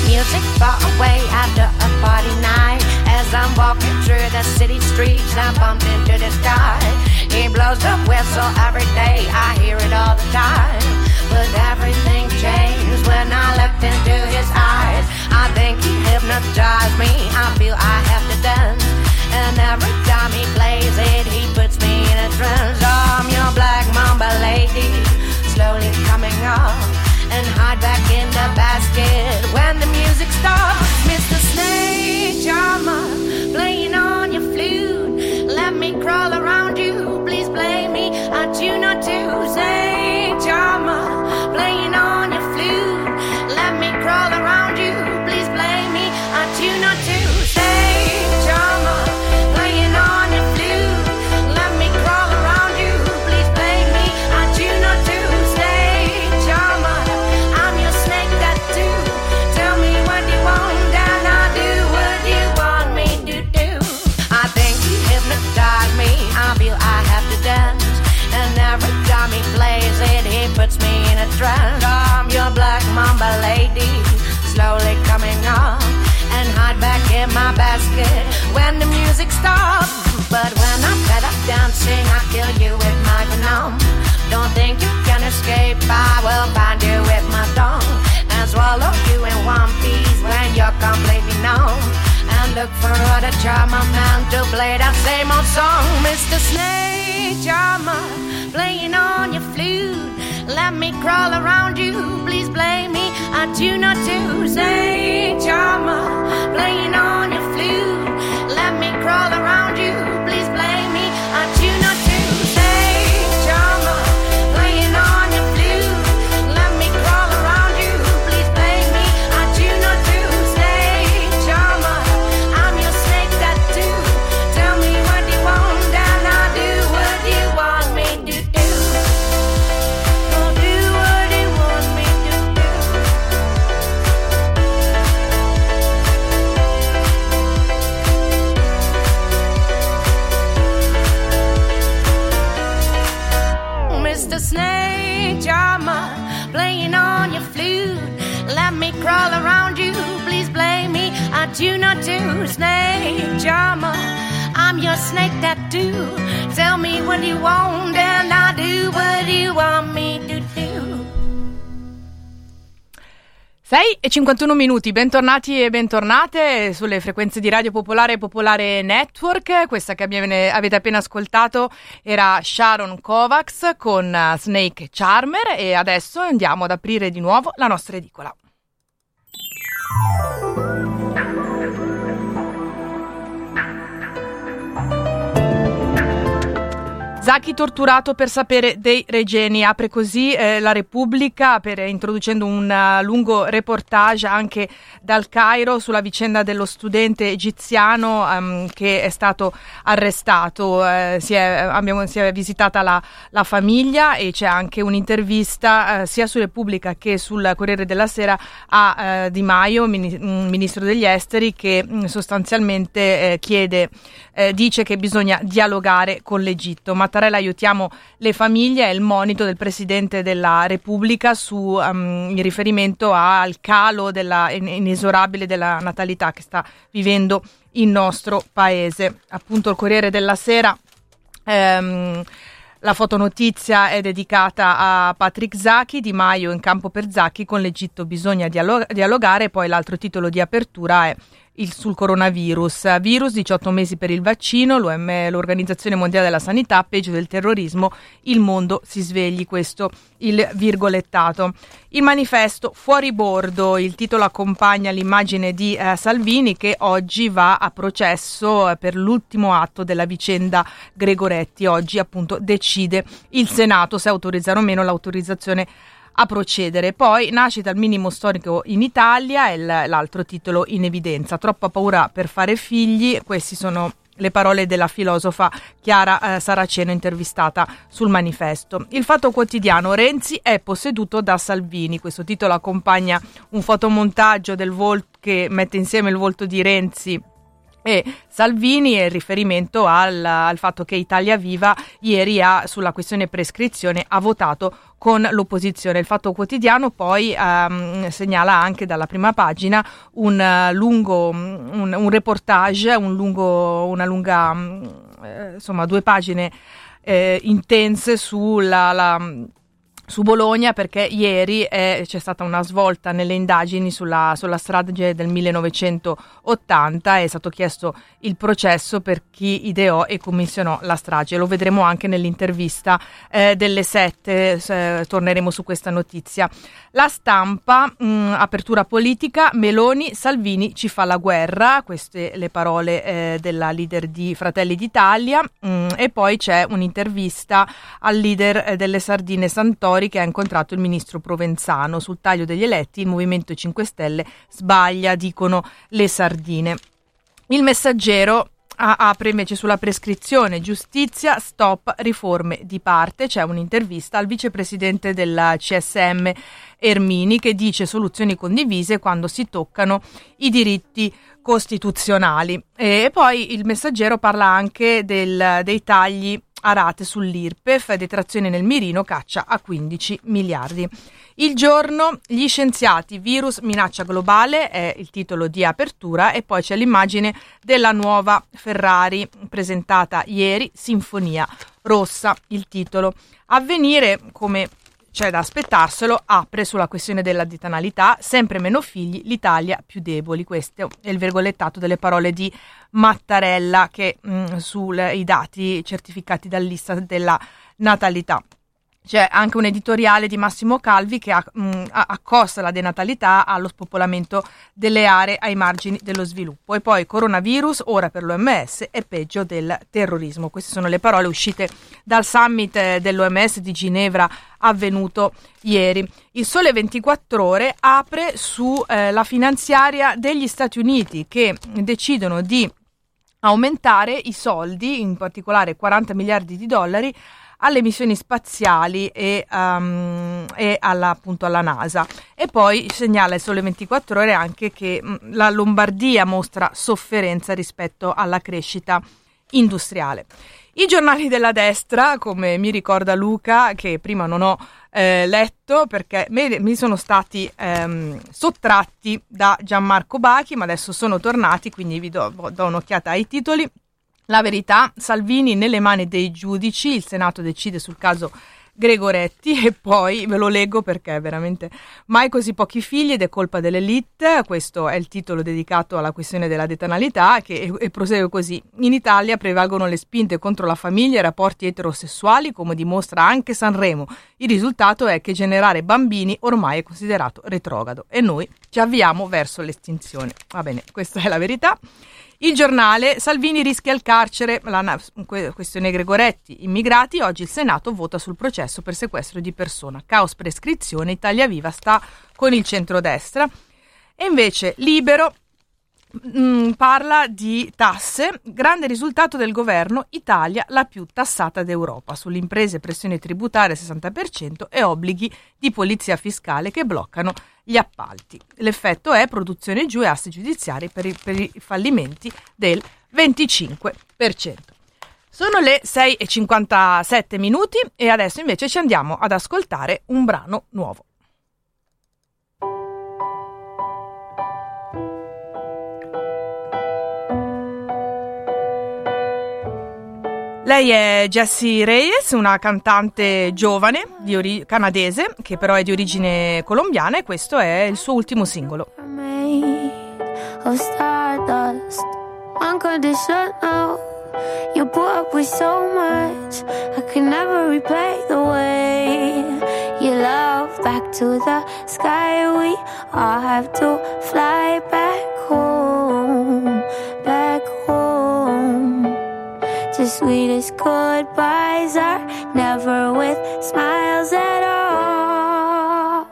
music far away after a party night. As I'm walking through the city streets, I bump into this guy. He blows the whistle every day, I hear it all the time. But everything changed when I looked into his eyes. I think he hypnotized me, I feel I have to dance. And every time he plays it, he puts me in a trance. Oh, I'm your black mamba lady, slowly coming up. And hide back in the basket when the music stops. Mr. Snake Charmer, playing on your flute. Let me crawl around you, please play me a tune or two. Snake Charmer, playing on your flute. Let me crawl around you, please play me a tune or two. Snake Charmer, playing on your flute. Let me crawl around you, please play me a tune or two. Snake Charmer, I'm your snake tattoo. Tell me what you want and I'll do what you want me to do. I think he hypnotized me, I feel I have to dance. And every time he plays it, he puts me in a trance. I'm your black mamba lady, slowly coming up. And hide back in my basket when the music stops. But when I'm fed up dancing, I kill you with my venom. Don't think you can escape, I will find you with my tongue. And swallow you in one piece when you're completely numb. And look for other charmer man to play that same old song. Mr. Snake Charmer, playing on your flute. Let me crawl around you, please play me a tune or two. Snake Charmer, playing on your flute. Let me crawl around you, please play me a tune or two. Snake Charmer, playing on your flute. Let me crawl around you, please play me a tune or two. Snake Charmer, I'm your snake tattoo. Tell me what you want and I'll do what you want me to do. I'll do what you want me to do. Mr. Snake Charmer, playing on your flute. Let me crawl around you, please play me a tune or two. Snake Charmer, I'm your snake tattoo. Tell me what you want and I'll do what you want me to do. 6:51, bentornati e bentornate sulle frequenze di Radio Popolare e Popolare Network. Questa che avete appena ascoltato era Sharon Kovacs con Snake Charmer e adesso andiamo ad aprire di nuovo la nostra edicola. Zaki torturato per sapere dei Regeni, apre così la Repubblica introducendo un lungo reportage anche dal Cairo sulla vicenda dello studente egiziano che è stato arrestato. Si è visitata la famiglia e c'è anche un'intervista sia su Repubblica che sul Corriere della Sera a Di Maio, ministro degli esteri, che sostanzialmente dice che bisogna dialogare con l'Egitto. Mattarella, aiutiamo le famiglie, è il monito del Presidente della Repubblica in riferimento al calo inesorabile della natalità che sta vivendo il nostro paese. Appunto il Corriere della Sera, la fotonotizia è dedicata a Patrick Zaki, Di Maio in campo per Zaki, con l'Egitto bisogna dialogare, poi l'altro titolo di apertura è sul coronavirus. Virus, 18 mesi per il vaccino, l'Organizzazione Mondiale della Sanità, peggio del terrorismo, il mondo si svegli, questo il virgolettato. Il Manifesto, fuori bordo, il titolo accompagna l'immagine di Salvini che oggi va a processo per l'ultimo atto della vicenda Gregoretti. Oggi appunto decide il Senato se autorizzare o meno l'autorizzazione a procedere. Poi nascita il minimo storico in Italia, è l'altro titolo in evidenza. Troppa paura per fare figli, queste sono le parole della filosofa Chiara Saraceno intervistata sul Manifesto. Il Fatto Quotidiano, Renzi è posseduto da Salvini. Questo titolo accompagna un fotomontaggio del volto che mette insieme il volto di Renzi E Salvini è il riferimento al fatto che Italia Viva ieri sulla questione prescrizione ha votato con l'opposizione. Il Fatto Quotidiano poi segnala anche dalla prima pagina un reportage, una lunga insomma 2 pagine intense su Bologna, perché ieri c'è stata una svolta nelle indagini sulla strage del 1980. È stato chiesto il processo per chi ideò e commissionò la strage. Lo vedremo anche nell'intervista delle 7, torneremo su questa notizia. La Stampa, apertura politica, Meloni, Salvini ci fa la guerra, queste le parole della leader di Fratelli d'Italia, e poi c'è un'intervista al leader delle Sardine Santori, che ha incontrato il ministro Provenzano. Sul taglio degli eletti il Movimento 5 Stelle sbaglia, dicono le sardine. Il Messaggero apre invece sulla prescrizione, giustizia, stop, riforme di parte. C'è un'intervista al vicepresidente del CSM Ermini, che dice soluzioni condivise quando si toccano i diritti costituzionali. E poi il Messaggero parla anche dei tagli a rate sull'IRPEF, detrazione nel mirino, caccia a 15 miliardi. Il Giorno, gli scienziati, virus, minaccia globale, è il titolo di apertura, e poi c'è l'immagine della nuova Ferrari presentata ieri, Sinfonia Rossa, il titolo. Avvenire, come c'è da aspettarselo, apre sulla questione della denatalità, sempre meno figli, l'Italia più deboli. Questo è il virgolettato delle parole di Mattarella, che sui dati certificati dall'Istat della natalità. C'è anche un editoriale di Massimo Calvi che accosta la denatalità allo spopolamento delle aree ai margini dello sviluppo. E poi coronavirus, ora per l'OMS è peggio del terrorismo. Queste sono le parole uscite dal summit dell'OMS di Ginevra avvenuto ieri. Il Sole 24 Ore apre su la finanziaria degli Stati Uniti, che decidono di aumentare i soldi, in particolare 40 miliardi di dollari, alle missioni spaziali e appunto alla NASA. E poi segnala il Sole 24 Ore anche che la Lombardia mostra sofferenza rispetto alla crescita industriale. I giornali della destra, come mi ricorda Luca, che prima non ho letto perché mi sono stati sottratti da Gianmarco Bachi, ma adesso sono tornati, quindi vi do un'occhiata ai titoli. La Verità, Salvini nelle mani dei giudici, il Senato decide sul caso Gregoretti. E poi ve lo leggo perché è veramente mai così pochi figli ed è colpa dell'elite. Questo è il titolo dedicato alla questione della denatalità, che e prosegue così: in Italia prevalgono le spinte contro la famiglia e i rapporti eterosessuali, come dimostra anche Sanremo. Il risultato è che generare bambini ormai è considerato retrogrado e noi ci avviamo verso l'estinzione. Va bene, questa è la Verità. Il Giornale, Salvini rischia il carcere, la questione Gregoretti, immigrati, oggi il Senato vota sul processo per sequestro di persona, caos prescrizione, Italia Viva sta con il centrodestra. E invece Libero parla di tasse, grande risultato del governo, Italia la più tassata d'Europa, sulle imprese pressione tributaria 60% e obblighi di polizia fiscale che bloccano gli appalti. L'effetto è produzione giù e assi giudiziari per i fallimenti del 25%. Sono le 6:57 e adesso invece ci andiamo ad ascoltare un brano nuovo. Lei è Jessie Reyes, una cantante giovane canadese che però è di origine colombiana, e questo è il suo ultimo singolo. You put up with so much, I could never repay the way you love. Back to the sky, we all have to fly back home, back home. The sweetest goodbyes are never with smiles at all.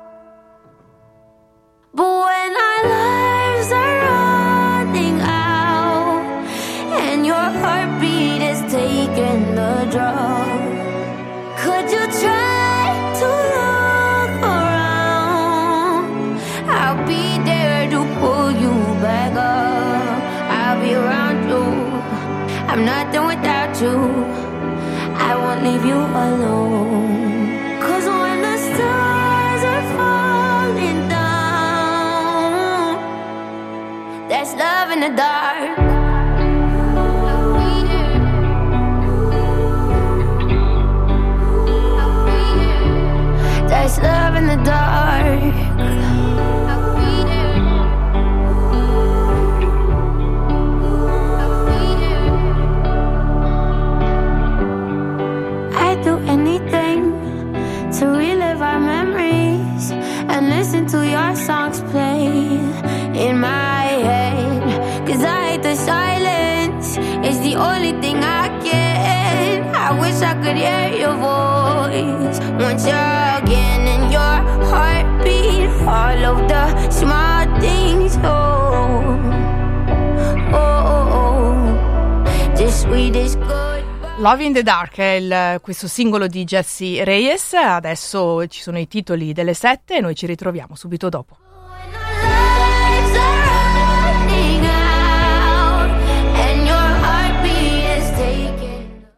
But when our lives are running out and your heartbeat is taking the drug, could you try to look around? I'll be there to pull you back up. I'll be right leave you alone. 'Cause when the stars are falling down, there's love in the dark. There's love in the dark. I'd do anything to relive our memories and listen to your songs play in my head. 'Cause I hate the silence, it's the only thing I get. I wish I could hear your voice once again in your heartbeat. All of the small things, oh, oh, oh, oh. The sweetest good. Love in the Dark è questo singolo di Jessie Reyes. Adesso ci sono i titoli delle 7 e noi ci ritroviamo subito dopo.